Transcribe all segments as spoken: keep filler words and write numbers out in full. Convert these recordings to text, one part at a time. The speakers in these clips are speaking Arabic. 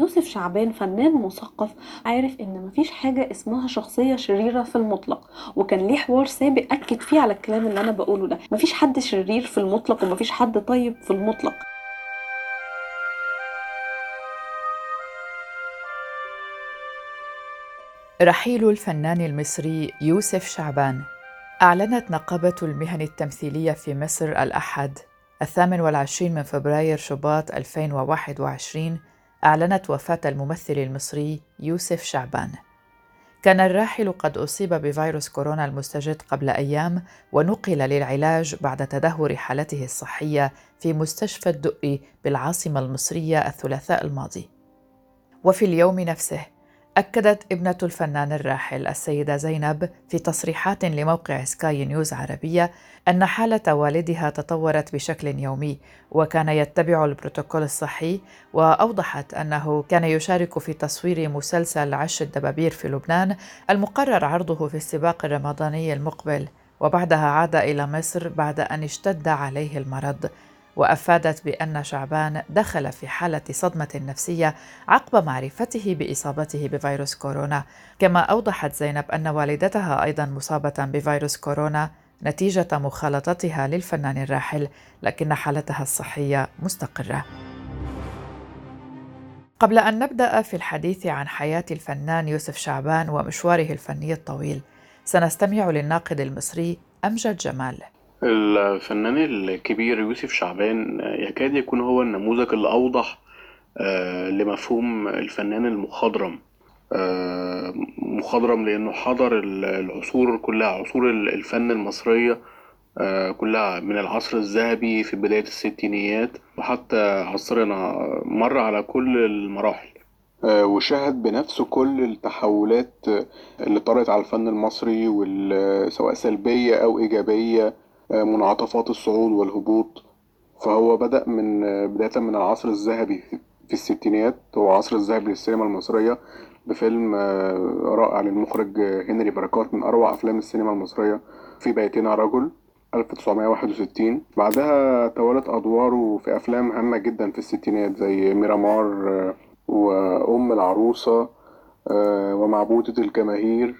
يوسف شعبان فنان مثقف، عارف ان مفيش حاجة اسمها شخصية شريرة في المطلق، وكان ليه حوار سابق اكد فيه على الكلام اللي انا بقوله ده. مفيش حد شرير في المطلق ومفيش حد طيب في المطلق. رحيل الفنان المصري يوسف شعبان. أعلنت نقابة المهن التمثيلية في مصر الأحد الثامن والعشرين من فبراير شباط ألفين وواحد وعشرين أعلنت وفاة الممثل المصري يوسف شعبان. كان الراحل قد أصيب بفيروس كورونا المستجد قبل أيام، ونقل للعلاج بعد تدهور حالته الصحية في مستشفى الدقي بالعاصمة المصرية الثلاثاء الماضي. وفي اليوم نفسه أكدت ابنة الفنان الراحل السيدة زينب في تصريحات لموقع سكاي نيوز عربية أن حالة والدها تطورت بشكل يومي وكان يتبع البروتوكول الصحي، وأوضحت أنه كان يشارك في تصوير مسلسل عش الدبابير في لبنان المقرر عرضه في السباق الرمضاني المقبل، وبعدها عاد إلى مصر بعد أن اشتد عليه المرض. وأفادت بأن شعبان دخل في حالة صدمة نفسية عقب معرفته بإصابته بفيروس كورونا. كما أوضحت زينب أن والدتها أيضا مصابة بفيروس كورونا نتيجة مخالطتها للفنان الراحل، لكن حالتها الصحية مستقرة. قبل أن نبدأ في الحديث عن حياة الفنان يوسف شعبان ومشواره الفني الطويل، سنستمع للناقد المصري أمجد جمال. الفنان الكبير يوسف شعبان يكاد يكون هو النموذج الأوضح آه، لمفهوم الفنان المخضرم. آه، مخضرم لأنه حضر العصور كلها، عصور الفن المصرية آه، كلها، من العصر الذهبي في بداية الستينيات وحتى عصرنا، مر على كل المراحل آه، وشاهد بنفسه كل التحولات اللي طرأت على الفن المصري، وال- سواء سلبية أو إيجابية، آه، منعطفات الصعود والهبوط. فهو بدأ من آه، بداية من العصر الذهبي في في الستينيات، هو عصر الذهبي للسينما المصرية، بفيلم آه، رائع للمخرج آه، هنري بركات، من أروع أفلام السينما المصرية، في بيتنا رجل ألف وتسعمائة وواحد وستين. بعدها توالت أدواره في أفلام هامة جدا في الستينات زي ميرامار آه، وأم العروسة آه، ومعبودة الجماهير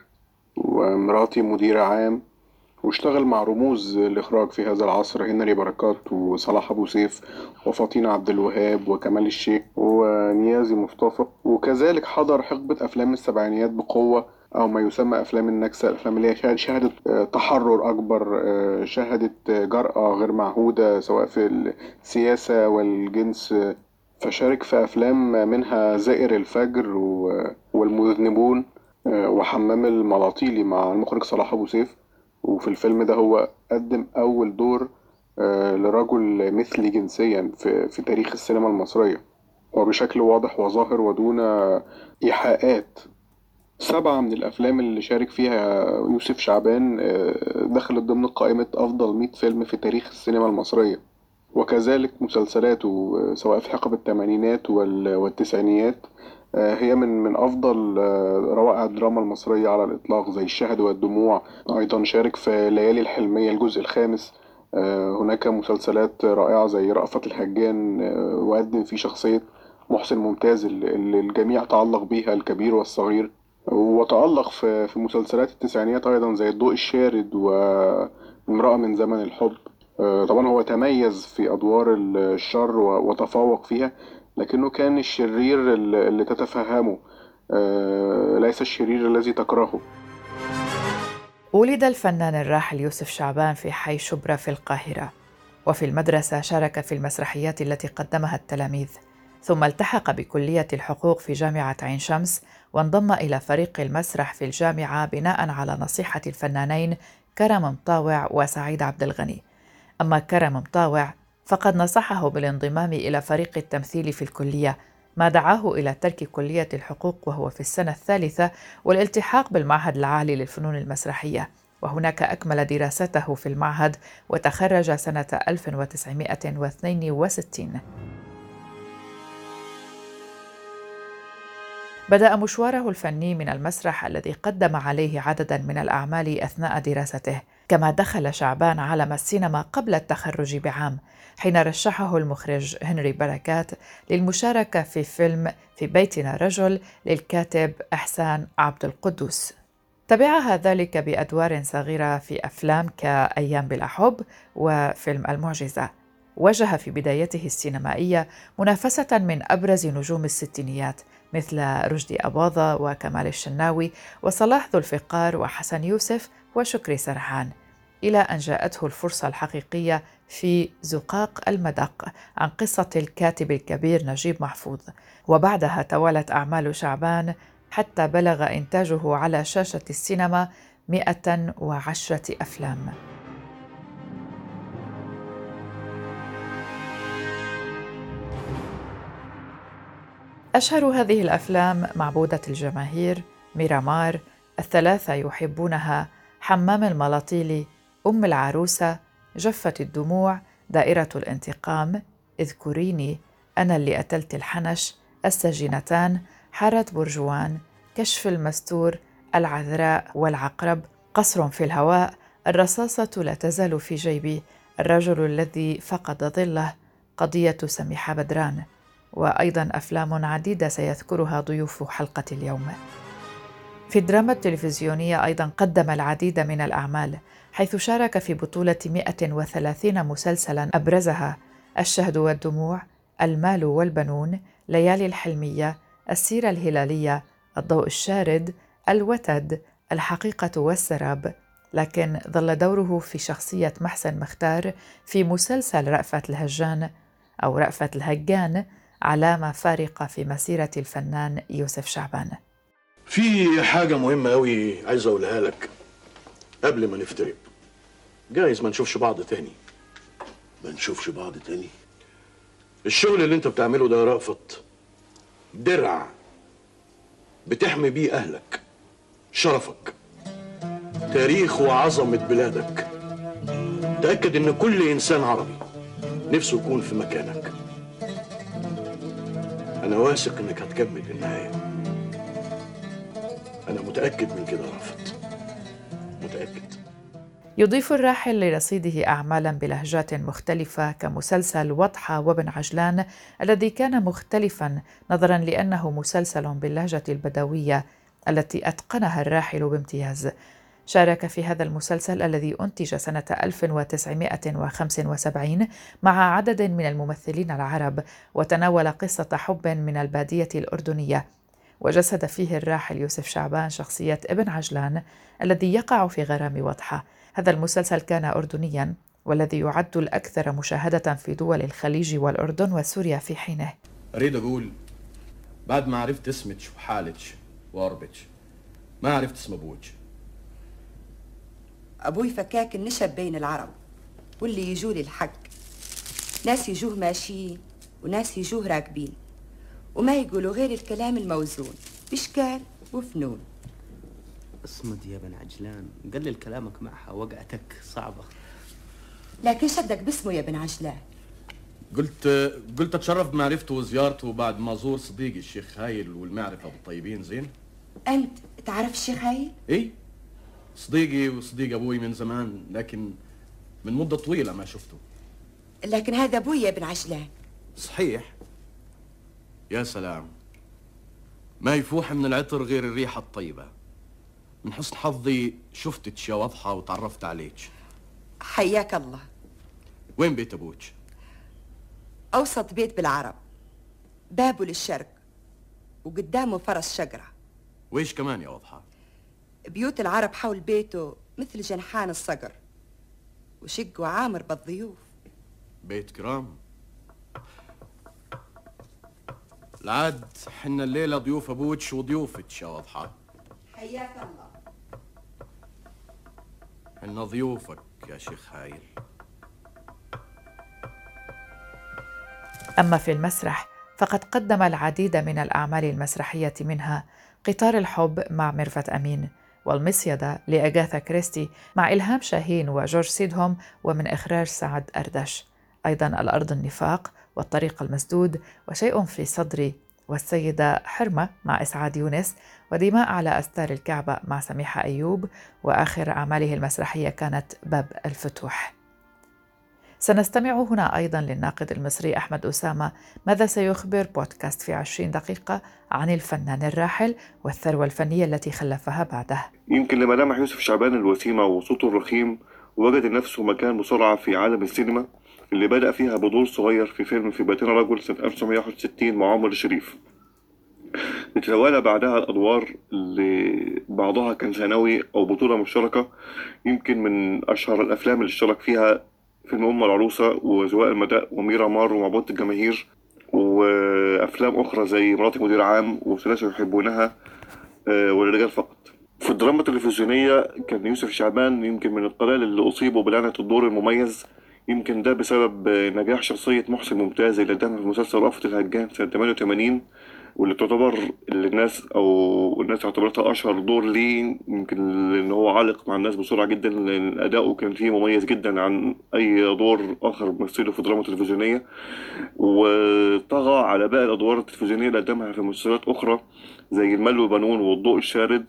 ومراتي مدير عام. واشتغل مع رموز الإخراج في هذا العصر: هنري بركات وصلاح أبو سيف وفاطين عبد الوهاب وكمال الشيخ ونيازي مصطفى. وكذلك حضر حقبة أفلام السبعينيات بقوة، أو ما يسمى أفلام النكسة، الأفلام اللي هي شهد- شهدت آه، تحرر أكبر، آه، شهدت آه، جرأة غير معهودة سواء في السياسة والجنس. فشارك في أفلام منها زائر الفجر و- والمذنبون آه، وحمام الملاطيلي مع المخرج صلاح أبو سيف. وفي الفيلم ده هو قدم أول دور آه، لرجل مثلي جنسيا في, في تاريخ السينما المصرية، وبشكل واضح وظاهر ودون إيحاءات. سبعة من الأفلام اللي شارك فيها يوسف شعبان آه، دخلت ضمن قائمة أفضل مئة فيلم في تاريخ السينما المصرية. وكذلك مسلسلاته آه، سواء في حقب الثمانينات وال- والتسعينيات آه، هي من من أفضل آه، روائع الدراما المصرية على الإطلاق، زي الشهد والدموع. أيضا شارك في ليالي الحلمية الجزء الخامس. آه، هناك مسلسلات رائعة زي رأفت الهجان، آه، وقدم فيه شخصية محسن ممتاز اللي اللي الجميع تعلق بيها، الكبير والصغير. وتألق في في مسلسلات التسعينيات أيضا زي الضوء الشارد وامرأة من زمن الحب. آه، طبعا هو تميز في أدوار الشر و- وتفوق فيها، لكنه كان الشرير اللي اللي تتفهمه، آه، ليس الشرير الذي تكرهه. ولد الفنان الراحل يوسف شعبان في حي شبرا في القاهرة، وفي المدرسة شارك في المسرحيات التي قدمها التلاميذ، ثم التحق بكلية الحقوق في جامعة عين شمس، وانضم إلى فريق المسرح في الجامعة بناء على نصيحة الفنانين كرم مطاوع وسعيد عبد الغني. أما كرم مطاوع فقد نصحه بالانضمام إلى فريق التمثيل في الكلية، ما دعاه إلى ترك كلية الحقوق وهو في السنة الثالثة والالتحاق بالمعهد العالي للفنون المسرحية، وهناك أكمل دراسته في المعهد وتخرج سنة ألف وتسعمائة واثنين وستين. بدأ مشواره الفني من المسرح الذي قدم عليه عدداً من الأعمال أثناء دراسته، كما دخل شعبان عالم السينما قبل التخرج بعام، حين رشحه المخرج هنري بركات للمشاركة في فيلم في بيتنا رجل للكاتب إحسان عبد القدوس. تبعها ذلك بأدوار صغيرة في أفلام كأيام بلا حب وفيلم المعجزة. واجه في بدايته السينمائية منافسة من أبرز نجوم الستينيات مثل رشدي أباظة وكمال الشناوي وصلاح ذو الفقار وحسن يوسف وشكري سرحان، إلى أن جاءته الفرصة الحقيقية في زقاق المدق عن قصة الكاتب الكبير نجيب محفوظ، وبعدها توالت أعمال شعبان حتى بلغ إنتاجه على شاشة السينما مئة وعشرة أفلام. أشهر هذه الأفلام معبودة الجماهير، ميرامار، الثلاثة يحبونها، حمام الملاطيلي، أم العروسة، جفة الدموع، دائرة الانتقام، اذكريني، أنا اللي قتلت الحنش، السجينتان، حارة برجوان، كشف المستور، العذراء والعقرب، قصر في الهواء، الرصاصة لا تزال في جيبي، الرجل الذي فقد ظله، قضية سميحة بدران، وأيضاً أفلام عديدة سيذكرها ضيوف حلقة اليوم. في الدراما التلفزيونية أيضاً قدم العديد من الأعمال، حيث شارك في بطولة مئة وثلاثين مسلسلاً أبرزها الشهد والدموع، المال والبنون، ليالي الحلمية، السيرة الهلالية، الضوء الشارد، الوتد، الحقيقة والسراب، لكن ظل دوره في شخصية محسن مختار في مسلسل رأفت الهجان أو رأفت الهجان علامة فارقة في مسيرة الفنان يوسف شعبان. في حاجة مهمة أوي عايز أقولها لك قبل ما نفترق. جايز ما نشوفش بعض تاني. ما نشوفش بعض تاني؟ الشغل اللي انت بتعمله ده يا رأفت درع بتحمي بيه أهلك، شرفك، تاريخ وعظمة بلادك. تأكد إن كل إنسان عربي نفسه يكون في مكانك. أنا واثق إنك هتكمل للنهاية. أنا متأكد من كده يا رأفت، متأكد. يضيف الراحل لرصيده أعمالاً بلهجات مختلفة كمسلسل وضحى وابن عجلان الذي كان مختلفاً نظراً لأنه مسلسل باللهجة البدوية التي أتقنها الراحل بامتياز. شارك في هذا المسلسل الذي أنتج سنة ألف وتسعمائة وخمسة وسبعين مع عدد من الممثلين العرب، وتناول قصة حب من البادية الأردنية، وجسد فيه الراحل يوسف شعبان شخصية ابن عجلان الذي يقع في غرام وضحى. هذا المسلسل كان أردنياً والذي يعد الأكثر مشاهدة في دول الخليج والأردن وسوريا في حينه. أريد أقول بعد ما عرفت اسمك وحالك وقربك ما عرفت اسم أبوك. أبوي فكاك النشب بين العرب، واللي يجوا لي الحق، ناس يجوه ماشيين وناس يجوه راكبين، وما يقولوا غير الكلام الموزون بإشكال وفنون. اصمد يا بن عجلان، قلل كلامك معها، وقعتك صعبة. لكن شدك باسمه يا بن عجلان. قلت قلت اتشرف بمعرفته وزيارته بعد ما زور صديقي الشيخ هايل والمعرفة بالطيبين. زين؟ أنت تعرف الشيخ هايل؟ إيه، صديقي وصديق أبوي من زمان، لكن من مدة طويلة ما شفته. لكن هذا أبوي يا بن عجلان. صحيح. يا سلام، ما يفوح من العطر غير الريحة الطيبة. من حسن حظي شفتك يا وضحى وتعرفت عليك. حياك الله. وين بيت أبوك؟ أوسط بيت بالعرب، بابه للشرق وقدامه فرس شجرة. وإيش كمان يا وضحى؟ بيوت العرب حول بيته مثل جنحان الصقر، وشق وعامر بالضيوف. بيت كرام. العاد حنا الليلة ضيوف أبوك وضيوفك يا وضحى. حياك الله. حنا ضيوفك يا شيخ هايل. أما في المسرح فقد قدم العديد من الأعمال المسرحية، منها قطار الحب مع ميرفت أمين، والمصيدة لأغاثا كريستي مع إلهام شاهين وجورج سيدهم ومن إخراج سعد أردش، أيضا الأرض النفاق والطريق المسدود وشيء في صدري والسيدة حرمة مع إسعاد يونس، ودماء على أستار الكعبة مع سميحة أيوب، وآخر أعماله المسرحية كانت باب الفتوح. سنستمع هنا أيضا للناقد المصري أحمد أسامة ماذا سيخبر بودكاست في عشرين دقيقة عن الفنان الراحل والثروة الفنية التي خلفها بعده. يمكن لملامح يوسف شعبان الوسيمة وصوته الرخيم وجد نفسه مكان بسرعة في عالم السينما اللي بدأ فيها بدور صغير في فيلم في بيتنا رجل سنة ألف وتسعمائة وواحد وستين مع عمر الشريف. تتوالى بعدها الأدوار اللي بعضها كان ثانوي أو بطولة مشتركة. يمكن من أشهر الأفلام اللي اشترك فيها فيلم أم العروسة وزواء المداء وميرا مار ومعبودة الجماهير، وأفلام أخرى زي مراتي مدير عام وثلاثة يحبونها والرجال فقط. في الدراما التلفزيونية كان يوسف شعبان يمكن من القلائل اللي أصيبوا بلعنة الدور المميز. يمكن ده بسبب نجاح شخصية محسن ممتاز اللي قدمها في مسلسل رأفت الهجان سنة ثمانية وثمانين، واللي تعتبر اللي الناس أو الناس اعتبرتها أشهر دور ليه، يمكن إن هو علق مع الناس بسرعة جدا لأن أداؤه كان فيه مميز جدا عن أي دور آخر مثله في الدراما التلفزيونية، وطغى على باقي الأدوار التلفزيونية اللي قدمها في مسلسلات أخرى زي المال والبنون والضوء الشارد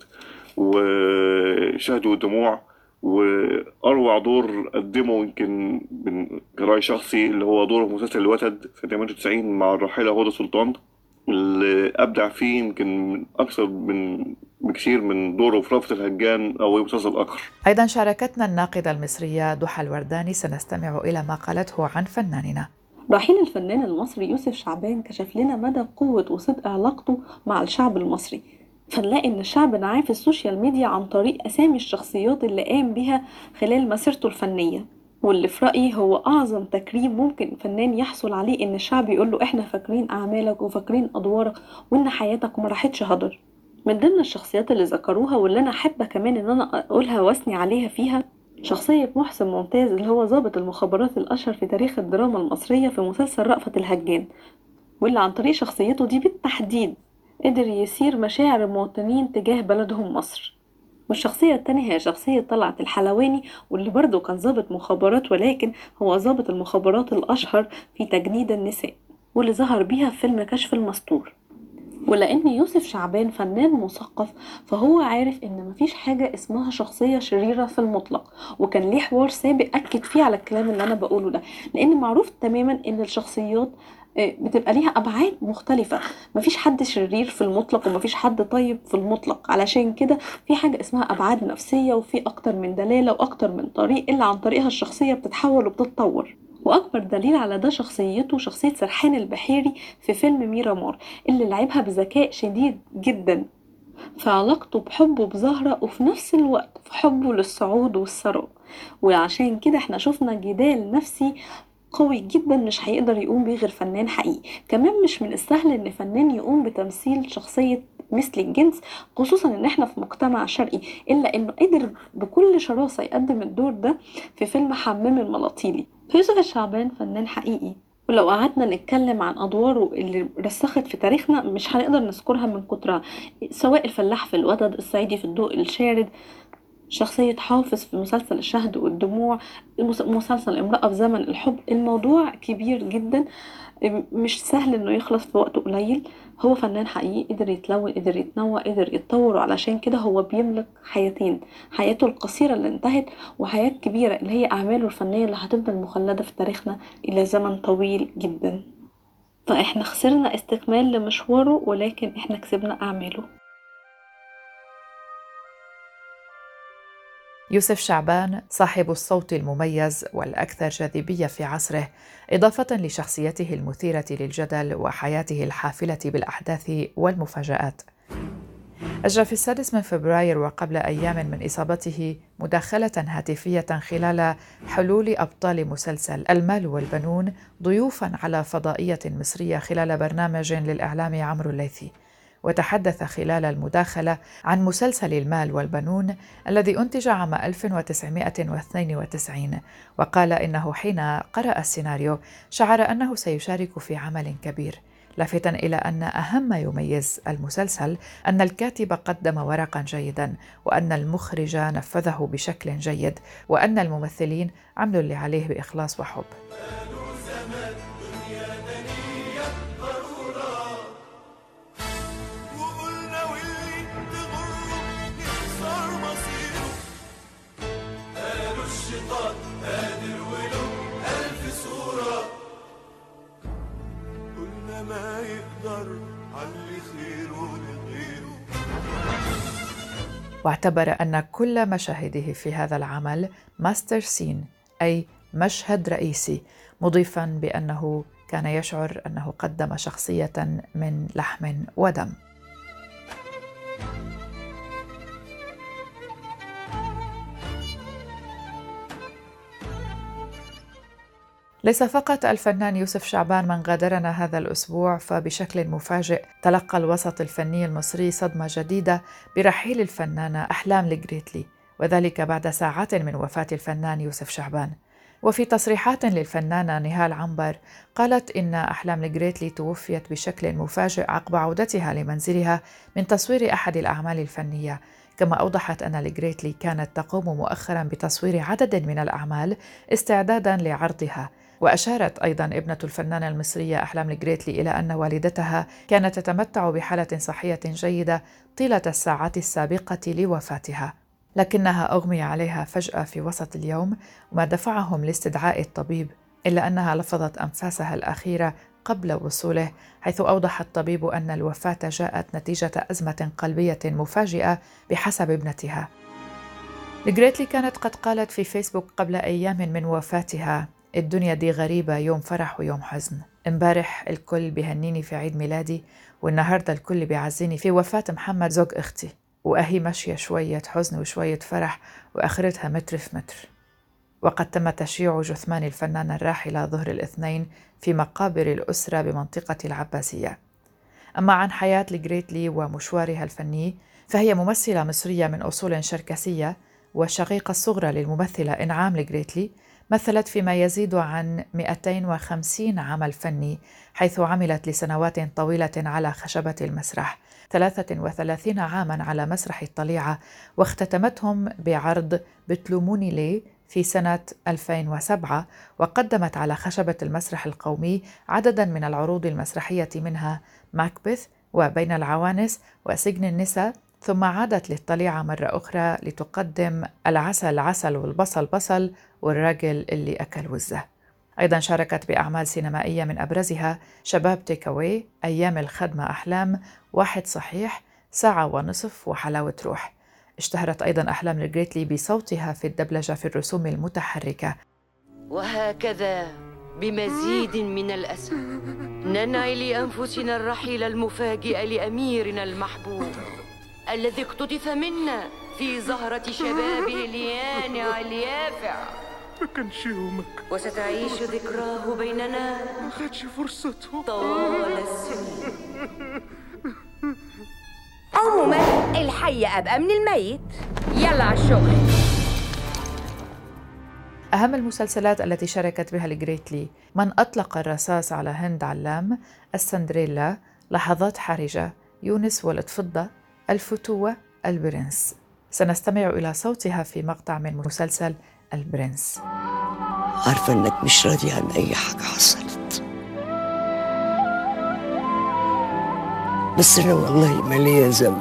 وشهد والدموع. وأروع دور قدمه يمكن من رأي شخصي اللي هو دوره في مسلسل الوتد في ثمانية وتسعين مع الراحلة هدى سلطان، اللي أبدع فيه يمكن أكثر من بكثير من دوره في رأفت الهجان أو مسلسل آخر. أيضا شاركتنا الناقدة المصرية ضحى الورداني، سنستمع إلى ما قالته عن فناننا. رحيل الفنان المصري يوسف شعبان كشف لنا مدى قوة وصدق علاقته مع الشعب المصري، فنلاقي ان الشعب نعاه في السوشيال ميديا عن طريق اسامي الشخصيات اللي قام بها خلال مسيرته الفنية، واللي في رأيي هو اعظم تكريم ممكن فنان يحصل عليه، ان الشعب يقول له احنا فاكرين اعمالك وفاكرين ادوارك وان حياتك ما راحتش هدر. من ضمن الشخصيات اللي ذكروها واللي انا حابة كمان ان انا اقولها واسني عليها فيها شخصية محسن ممتاز اللي هو ضابط المخابرات الاشهر في تاريخ الدراما المصرية في مسلسل رأفت الهجان، واللي عن طريق شخصيته دي بالتحديد قدر يثير مشاعر المواطنين تجاه بلدهم مصر. والشخصية التانية هي شخصية طلعت الحلواني، واللي برضه كان ضابط مخابرات ولكن هو ضابط المخابرات الأشهر في تجنيد النساء، واللي ظهر بيها في فيلم كشف المستور. ولأن يوسف شعبان فنان مثقف فهو عارف إن مفيش حاجة اسمها شخصية شريرة في المطلق، وكان ليه حوار سابق أكد فيه على الكلام اللي أنا بقوله ده، لأن معروف تماما إن الشخصيات بتبقى ليها أبعاد مختلفة. مفيش حد شرير في المطلق ومفيش حد طيب في المطلق، علشان كده في حاجة اسمها أبعاد نفسية وفي أكتر من دلالة وأكتر من طريق اللي عن طريقها الشخصية بتتحول وبتتطور. وأكبر دليل على ده شخصيته شخصية سرحان البحيري في فيلم ميرا مار اللي لعبها بذكاء شديد جدا في علاقته بحبه بزهرة وفي نفس الوقت في حبه للصعود والثراء. وعشان كده احنا شفنا جدال نفسي قوي جدا مش هيقدر يقوم بيه غير فنان حقيقي. كمان مش من السهل ان فنان يقوم بتمثيل شخصية مثل الجنس، خصوصا ان احنا في مجتمع شرقي، الا انه قدر بكل شراسة يقدم الدور ده في فيلم حمام الملاطيلي. يوسف شعبان فنان حقيقي، ولو قعدنا نتكلم عن أدواره اللي رسخت في تاريخنا مش هنقدر نذكرها من كترها، سواء الفلاح في الوتد، الصعيدي في الضوء الشارد، شخصية حافظ في مسلسل الشهد والدموع، مسلسل امرأة في زمن الحب. الموضوع كبير جدا مش سهل انه يخلص في وقت قليل. هو فنان حقيقي قدر يتلون، قدر يتنوع، قدر يتطور، وعلشان كده هو بيملك حياتين، حياته القصيرة اللي انتهت وحياة كبيرة اللي هي أعماله الفنية اللي هتفضل مخلدة في تاريخنا إلى زمن طويل جدا. فإحنا خسرنا استكمال لمشواره ولكن إحنا كسبنا أعماله. يوسف شعبان صاحب الصوت المميز والأكثر جاذبية في عصره، إضافة لشخصيته المثيرة للجدل وحياته الحافلة بالأحداث والمفاجآت. أجرى في السادس من فبراير وقبل أيام من إصابته مداخلة هاتفية خلال حلول أبطال مسلسل المال والبنون ضيوفاً على فضائية مصرية خلال برنامج للإعلام عمرو الليثي، وتحدث خلال المداخلة عن مسلسل المال والبنون الذي أنتج عام ألف وتسعمائة واثنين وتسعين، وقال إنه حين قرأ السيناريو شعر أنه سيشارك في عمل كبير، لافتاً إلى أن أهم ما يميز المسلسل أن الكاتب قدم ورقاً جيداً، وأن المخرج نفذه بشكل جيد، وأن الممثلين عملوا اللي عليه بإخلاص وحب. واعتبر أن كل مشاهده في هذا العمل ماستر سين، أي مشهد رئيسي، مضيفاً بأنه كان يشعر أنه قدم شخصية من لحم ودم. ليس فقط الفنان يوسف شعبان من غادرنا هذا الأسبوع، فبشكل مفاجئ تلقى الوسط الفني المصري صدمة جديدة برحيل الفنانة أحلام الجريتلي، وذلك بعد ساعات من وفاة الفنان يوسف شعبان. وفي تصريحات للفنانة نهال عنبر قالت إن أحلام الجريتلي توفيت بشكل مفاجئ عقب عودتها لمنزلها من تصوير أحد الأعمال الفنية، كما أوضحت أن الجريتلي كانت تقوم مؤخرا بتصوير عدد من الأعمال استعدادا لعرضها. وأشارت أيضا ابنة الفنانة المصرية أحلام الجريتلي إلى أن والدتها كانت تتمتع بحالة صحية جيدة طيلة الساعات السابقة لوفاتها، لكنها أغمي عليها فجأة في وسط اليوم، وما دفعهم لاستدعاء الطبيب، إلا أنها لفظت أنفاسها الأخيرة قبل وصوله، حيث أوضح الطبيب أن الوفاة جاءت نتيجة أزمة قلبية مفاجئة بحسب ابنتها. الجريتلي كانت قد قالت في فيسبوك قبل أيام من وفاتها: الدنيا دي غريبة، يوم فرح ويوم حزن. امبارح الكل بيهنيني في عيد ميلادي، والنهاردة الكل بيعزيني في وفاة محمد زوج أختي، وأهي ماشية شوية حزن وشوية فرح وآخرتها متر في متر. وقد تم تشييع جثمان الفنانة الراحلة ظهر الاثنين في مقابر الأسرة بمنطقة العباسية. أما عن حياة الجريتلي ومشوارها الفني، فهي ممثلة مصرية من أصول شركسية وشقيقة الصغرى للممثلة إنعام الجريتلي. مثلت فيما يزيد عن مئتين وخمسين عمل فني، حيث عملت لسنوات طويلة على خشبة المسرح، ثلاثة وثلاثين عاماً على مسرح الطليعة، واختتمتهم بعرض بتلوموني ليه في سنة ألفين وسبعة، وقدمت على خشبة المسرح القومي عدداً من العروض المسرحية، منها ماكبث وبين العوانس وسجن النساء، ثم عادت للطليعة مرة أخرى لتقدم العسل عسل والبصل بصل والراجل اللي أكل وزة. أيضا شاركت بأعمال سينمائية من أبرزها شباب تيكاوي، أيام الخدمة أحلام، واحد صحيح، ساعة ونصف، وحلاوة روح. اشتهرت أيضا أحلام الجريتلي بصوتها في الدبلجة في الرسوم المتحركة. وهكذا بمزيد من الأسف ننعي لأنفسنا الرحيل المفاجئ لأميرنا المحبوب الذي اقتطف منا في زهرة شبابه اليانع اليافع. ما كانش يومك، وستعيش ذكراه بيننا، ما خدش فرصته طوال السنين. عموما الحي أبقى من الميت، يلا على الشغل. أهم المسلسلات التي شاركت بها الجريتلي: من أطلق الرصاص على هند علام، السندريلا، لحظات حرجة، يونس ولد فضة، الفتوة، البرنس. سنستمع إلى صوتها في مقطع من مسلسل البرنس. عارفة إنك مش راضي عن أي حاجة حصلت، بس أنا والله ما ليا ذنب،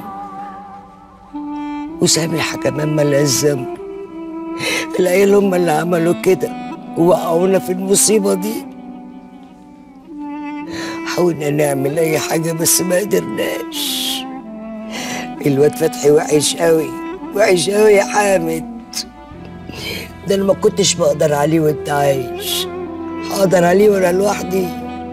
وسامحة كمان ما ليا ذنب. العيال هم اللي عملوا كده ووقعونا في المصيبة دي. حاولنا نعمل أي حاجة بس ما قدرناش. الواد فتحي وحش قوي، وحش قوي يا حامد. ده أنا ما كنتش بقدر عليه وأنت عايش، هقدر عليه وأنا لوحدي.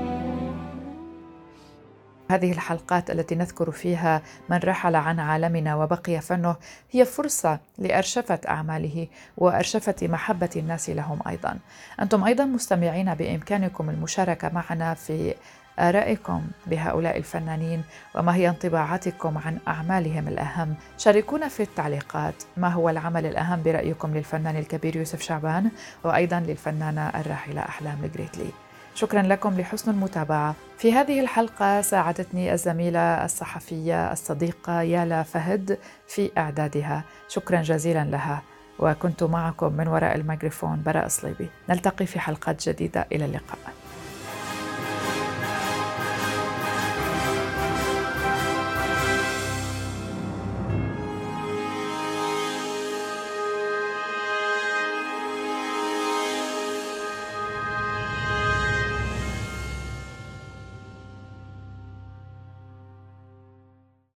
هذه الحلقات التي نذكر فيها من رحل عن عالمنا وبقي فنه هي فرصة لأرشفة أعماله وأرشفة محبة الناس لهم أيضا. أنتم أيضا مستمعين بإمكانكم المشاركة معنا في آرائكم بهؤلاء الفنانين، وما هي انطباعاتكم عن أعمالهم الأهم. شاركونا في التعليقات ما هو العمل الأهم برأيكم للفنان الكبير يوسف شعبان، وأيضا للفنانة الراحلة أحلام الجريتلي. شكرا لكم لحسن المتابعة. في هذه الحلقة ساعدتني الزميلة الصحفية الصديقة يالا فهد في إعدادها، شكرا جزيلا لها. وكنت معكم من وراء الميكروفون براء صليبي. نلتقي في حلقات جديدة، إلى اللقاء.